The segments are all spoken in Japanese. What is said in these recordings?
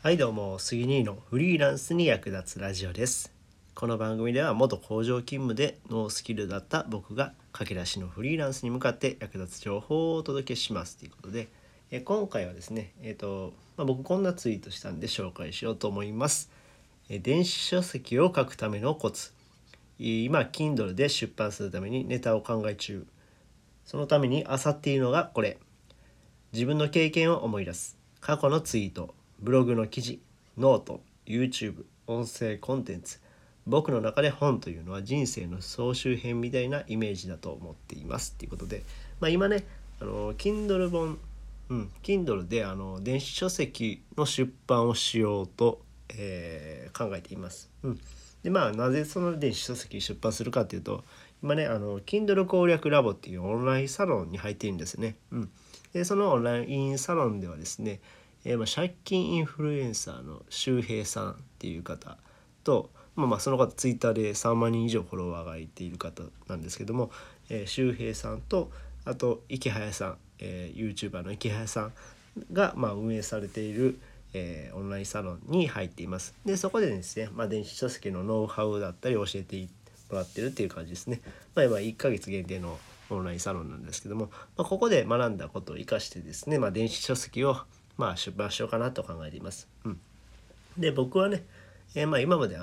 はいどうも、杉兄のフリーランスに役立つラジオです。この番組では元工場勤務でノースキルだった僕が駆け出しのフリーランスに向かって役立つ情報をお届けしますということで、今回はですね、僕こんなツイートしたんで紹介しようと思います。電子書籍を書くためのコツ。今 Kindle で出版するためにネタを考え中。そのために漁っているのがこれ。自分の経験を思い出す。過去のツイート、ブログの記事、ノート、YouTube、音声コンテンツ。僕の中で本というのは人生の総集編みたいなイメージだと思っていますということで、今ね、Kindle 本、Kindle で電子書籍の出版をしようと、考えています。でなぜその電子書籍出版するかというと、今ねKindle 攻略ラボっていうオンラインサロンに入っているんですね。でそのオンラインサロンではですね、借金インフルエンサーの周平さんっていう方と、その方ツイッターで3万人以上フォロワーがいている方なんですけども、周平さんとあと池早さん、YouTuber の池早さんが、運営されている、オンラインサロンに入っています。でそこでですね、電子書籍のノウハウだったり教えてもらってるっていう感じですね。1ヶ月限定のオンラインサロンなんですけども、ここで学んだことを生かしてですね、電子書籍を出版しようかなと考えています。で僕はね、今まで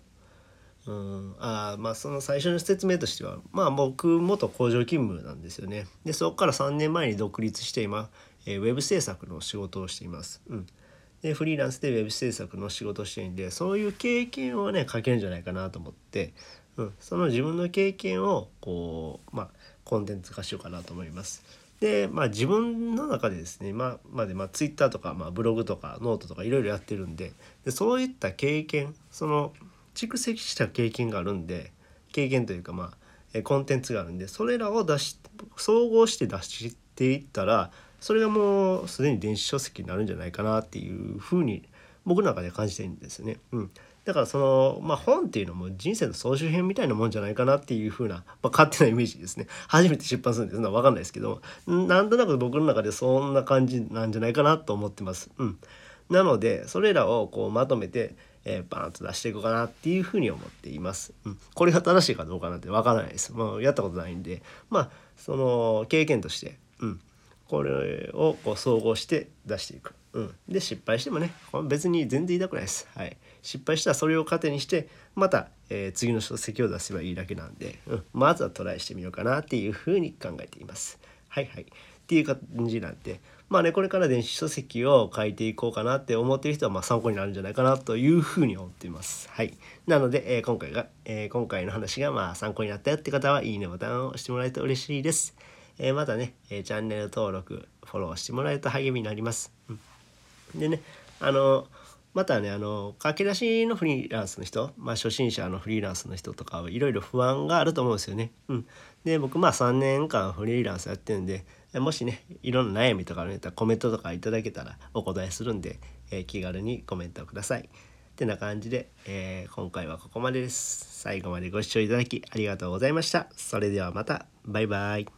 その最初の説明としては、僕元工場勤務なんですよね。でそこから3年前に独立して今、ウェブ制作の仕事をしています。でフリーランスでウェブ制作の仕事をしているんで、そういう経験をね書けるんじゃないかなと思って、その自分の経験をコンテンツ化しようかなと思います。で自分の中でですね、ツイッターとか、ブログとかノートとかいろいろやってるんで、そういった経験、その蓄積した経験があるんで、経験というかコンテンツがあるんで、それらを総合して出していったら、それがもうすでに電子書籍になるんじゃないかなっていうふうに僕の中で感じてるんですよね。だから本っていうのも人生の総集編みたいなもんじゃないかなっていう風な、勝手なイメージですね。初めて出版するんですのは分かんないですけど、なんとなく僕の中でそんな感じなんじゃないかなと思ってます。なのでそれらをこうまとめて、バーンと出していこうかなっていう風に思っています。これが正しいかどうかなんて分からないです。やったことないんで、その経験として、これをこう総合して出していく。で失敗してもね、別に全然痛くないです。失敗したらそれを糧にしてまた、次の書籍を出せばいいだけなんで、まずはトライしてみようかなっていうふうに考えています。っていう感じなんで、これから電子書籍を書いていこうかなって思っている人は参考になるんじゃないかなというふうに思っています。なので、今回の話が参考になったよって方はいいねボタンを押してもらえると嬉しいです。またね、チャンネル登録フォローしてもらえると励みになります。でね、またね、駆け出しのフリーランスの人、初心者のフリーランスの人とかはいろいろ不安があると思うんですよね。で僕3年間フリーランスやってるんで、もしねいろんな悩みとかあったらコメントとかいただけたらお答えするんで、気軽にコメントください。ってな感じで、今回はここまでです。最後までご視聴いただきありがとうございました。それではまた。バイバイ。